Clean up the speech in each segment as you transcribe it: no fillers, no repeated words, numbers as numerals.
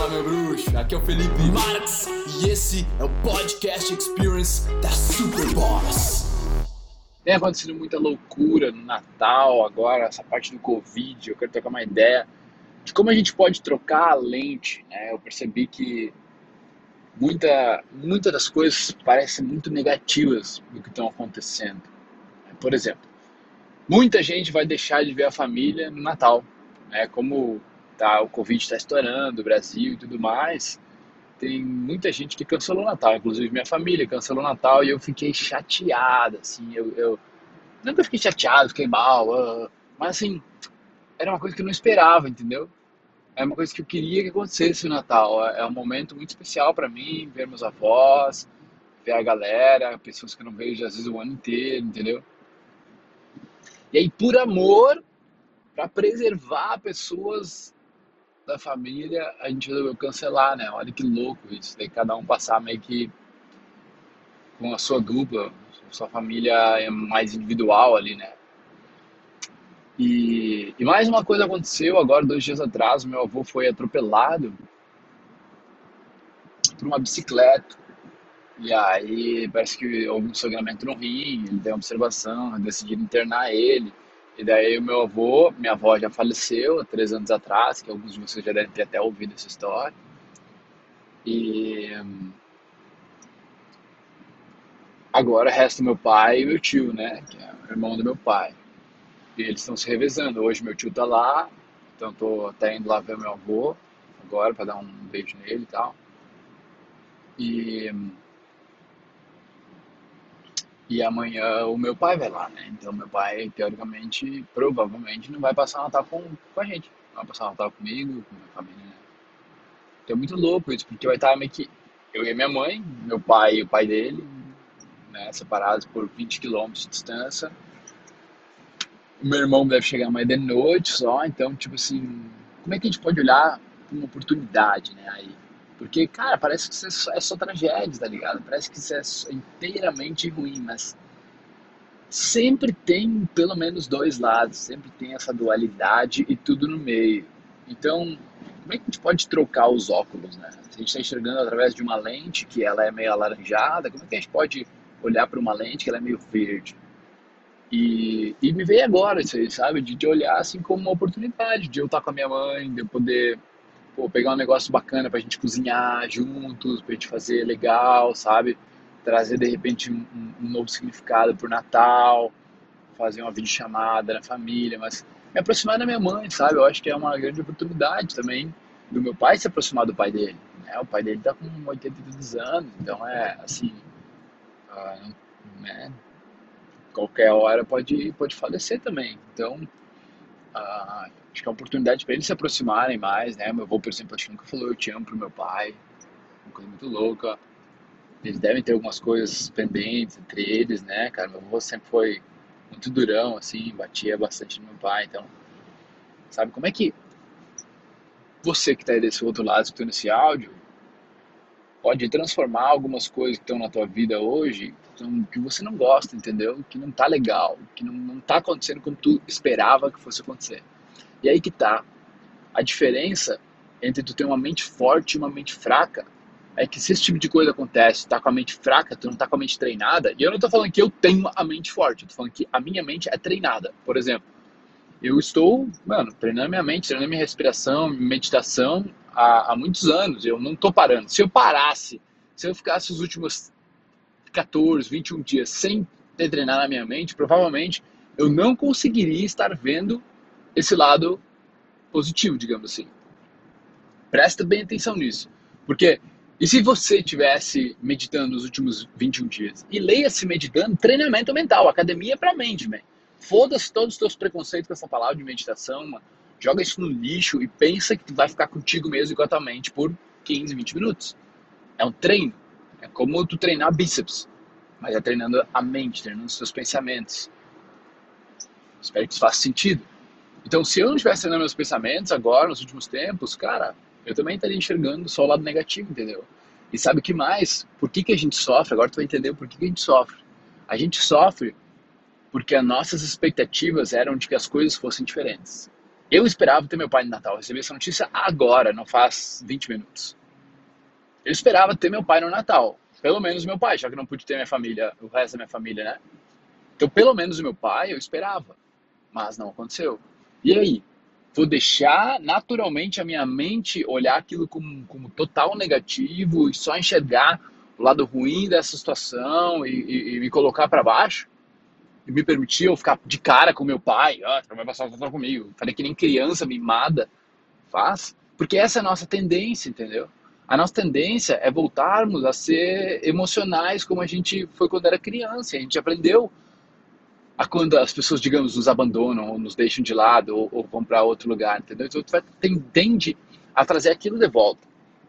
meu bruxo, aqui é o Felipe Marx e esse é o Podcast Experience da Superboss. Tem acontecido muita loucura no Natal agora, essa parte do Covid. Eu quero trocar uma ideia de como a gente pode trocar a lente, né? Eu percebi que muita das coisas parecem muito negativas do que estão acontecendo. Por exemplo, muita gente vai deixar de ver a família no Natal, né? Como o Covid está estourando, o Brasil e tudo mais, tem muita gente que cancelou o Natal, inclusive minha família cancelou o Natal e eu fiquei chateado, assim, eu nunca fiquei chateado, fiquei mal, mas assim, era uma coisa que eu não esperava, entendeu? É uma coisa que eu queria que acontecesse no Natal, é um momento muito especial para mim, ver meus avós, ver a galera, pessoas que eu não vejo às vezes o ano inteiro, entendeu? E aí, por amor, para preservar pessoas da família, a gente resolveu cancelar, né? Olha que louco isso. Daí cada um passar meio que com a sua dupla, sua família é mais individual ali, né? E mais uma coisa aconteceu agora, 2 dias atrás, meu avô foi atropelado por uma bicicleta. E aí parece que houve um sangramento no rim, ele deu uma observação, decidiram internar ele. E daí o meu avô, minha avó já faleceu há 3 anos atrás, que alguns de vocês já devem ter até ouvido essa história. E agora resta meu pai e meu tio, né? Que é o irmão do meu pai. E eles estão se revezando. Hoje meu tio tá lá, então tô até indo lá ver meu avô agora para dar um beijo nele e tal. E amanhã o meu pai vai lá, né? Então meu pai, teoricamente, provavelmente não vai passar o Natal com a gente. Não vai passar o Natal comigo, com a minha família, né? Então é muito louco isso, porque vai estar meio que eu e minha mãe, meu pai e o pai dele, né? Separados por 20 quilômetros de distância. O meu irmão deve chegar amanhã de noite só, então, tipo assim, como é que a gente pode olhar uma oportunidade, né, aí? Porque, cara, parece que isso é só tragédia, tá ligado? Parece que isso é inteiramente ruim, mas sempre tem pelo menos dois lados, sempre tem essa dualidade e tudo no meio. Então, como é que a gente pode trocar os óculos, né? Se a gente está enxergando através de uma lente que ela é meio alaranjada, como é que a gente pode olhar para uma lente que ela é meio verde? E me veio agora isso aí, sabe? De olhar assim como uma oportunidade, de eu estar com a minha mãe, de eu poder pegar um negócio bacana pra gente cozinhar juntos, pra gente fazer legal, sabe? Trazer de repente um novo significado pro Natal, fazer uma videochamada na família, mas me aproximar da minha mãe, sabe? Eu acho que é uma grande oportunidade também do meu pai se aproximar do pai dele, né? O pai dele tá com 82 anos, então é assim, né? Qualquer hora pode falecer também. Então, acho que é uma oportunidade para eles se aproximarem mais, né? Meu avô, por exemplo, acho que nunca falou eu te amo pro meu pai, uma coisa muito louca. Eles devem ter algumas coisas pendentes entre eles, né, cara? Meu avô sempre foi muito durão, assim, batia bastante no meu pai, então, sabe como é que você que tá aí desse outro lado escutando esse áudio pode transformar algumas coisas que estão na tua vida hoje que você não gosta, entendeu? Que não tá legal, que não tá acontecendo como tu esperava que fosse acontecer. E aí que tá. A diferença entre tu ter uma mente forte e uma mente fraca é que se esse tipo de coisa acontece, tu tá com a mente fraca, tu não tá com a mente treinada, e eu não tô falando que eu tenho a mente forte, eu tô falando que a minha mente é treinada. Por exemplo, eu estou, treinando minha mente, treinando minha respiração, meditação há muitos anos, eu não tô parando. Se eu parasse, se eu ficasse os últimos 14, 21 dias sem ter treinado a minha mente, provavelmente eu não conseguiria estar vendo esse lado positivo, digamos assim. Presta bem atenção nisso. Porque, e se você estivesse meditando nos últimos 21 dias? E leia-se meditando treinamento mental, academia para mente, man. Foda-se todos os teus preconceitos com essa palavra de meditação, mano. Joga isso no lixo e pensa que tu vai ficar contigo mesmo e com a tua mente por 15, 20 minutos. É um treino. É como tu treinar bíceps. Mas é treinando a mente, treinando os seus pensamentos. Espero que isso faça sentido. Então, se eu não estivesse treinando meus pensamentos agora, nos últimos tempos, cara, eu também estaria enxergando só o lado negativo, entendeu? E sabe o que mais? Por que a gente sofre? Agora tu vai entender por que a gente sofre. A gente sofre porque as nossas expectativas eram de que as coisas fossem diferentes. Eu esperava ter meu pai no Natal. Eu recebi essa notícia agora, não faz 20 minutos. Eu esperava ter meu pai no Natal. Pelo menos meu pai, já que não pude ter minha família, o resto da minha família, né? Então, pelo menos o meu pai, eu esperava. Mas não aconteceu. E aí? Vou deixar naturalmente a minha mente olhar aquilo como total negativo e só enxergar o lado ruim dessa situação e me colocar para baixo? E me permitir eu ficar de cara com meu pai? Ah, não vai passar o Natal comigo. Falei que nem criança mimada faz. Porque essa é a nossa tendência, entendeu? A nossa tendência é voltarmos a ser emocionais como a gente foi quando era criança. A gente aprendeu a quando as pessoas, digamos, nos abandonam, ou nos deixam de lado, ou vão para outro lugar, entendeu? Então tu tende a trazer aquilo de volta.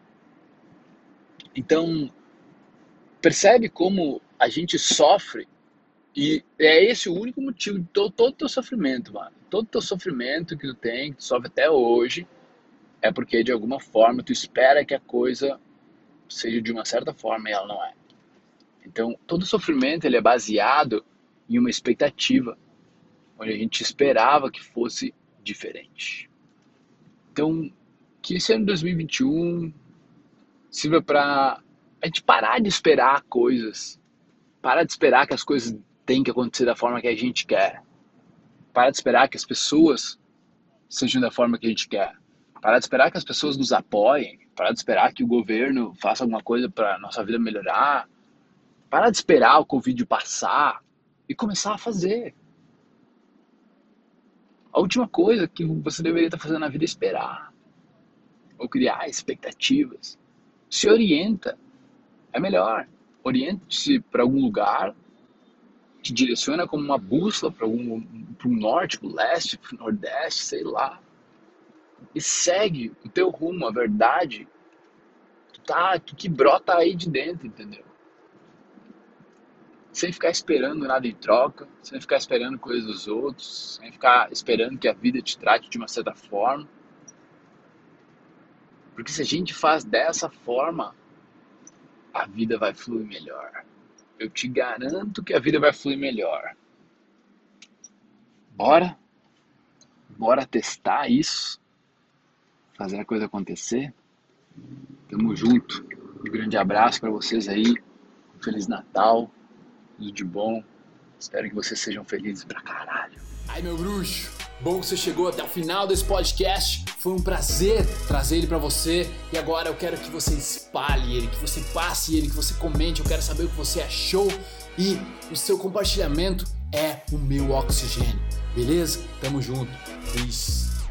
Então, percebe como a gente sofre, e é esse o único motivo de todo o teu sofrimento, mano. Todo o teu sofrimento que tu tem, que tu sofre até hoje, é porque de alguma forma tu espera que a coisa seja de uma certa forma e ela não é. Então, todo sofrimento ele é baseado em uma expectativa, onde a gente esperava que fosse diferente. Então, que esse ano de 2021 sirva para a gente parar de esperar coisas, parar de esperar que as coisas têm que acontecer da forma que a gente quer, parar de esperar que as pessoas sejam da forma que a gente quer, parar de esperar que as pessoas nos apoiem, parar de esperar que o governo faça alguma coisa para a nossa vida melhorar, parar de esperar o Covid passar e começar a fazer. A última coisa que você deveria estar fazendo na vida é esperar. Ou criar expectativas. Se orienta. É melhor. Oriente-se para algum lugar. Te direciona como uma bússola para um norte, para o leste, para o nordeste, sei lá. E segue o teu rumo, a verdade. Que brota aí de dentro, entendeu? Sem ficar esperando nada em troca, sem ficar esperando coisas dos outros, sem ficar esperando que a vida te trate de uma certa forma. Porque se a gente faz dessa forma, a vida vai fluir melhor. Eu te garanto que a vida vai fluir melhor. Bora testar isso, fazer a coisa acontecer. Tamo junto. Um grande abraço para vocês aí. Feliz Natal. Tudo de bom. Espero que vocês sejam felizes pra caralho. Ai, meu bruxo, bom que você chegou até o final desse podcast. Foi um prazer trazer ele pra você. E agora eu quero que você espalhe ele, que você passe ele, que você comente. Eu quero saber o que você achou. E o seu compartilhamento é o meu oxigênio. Beleza? Tamo junto. Peace.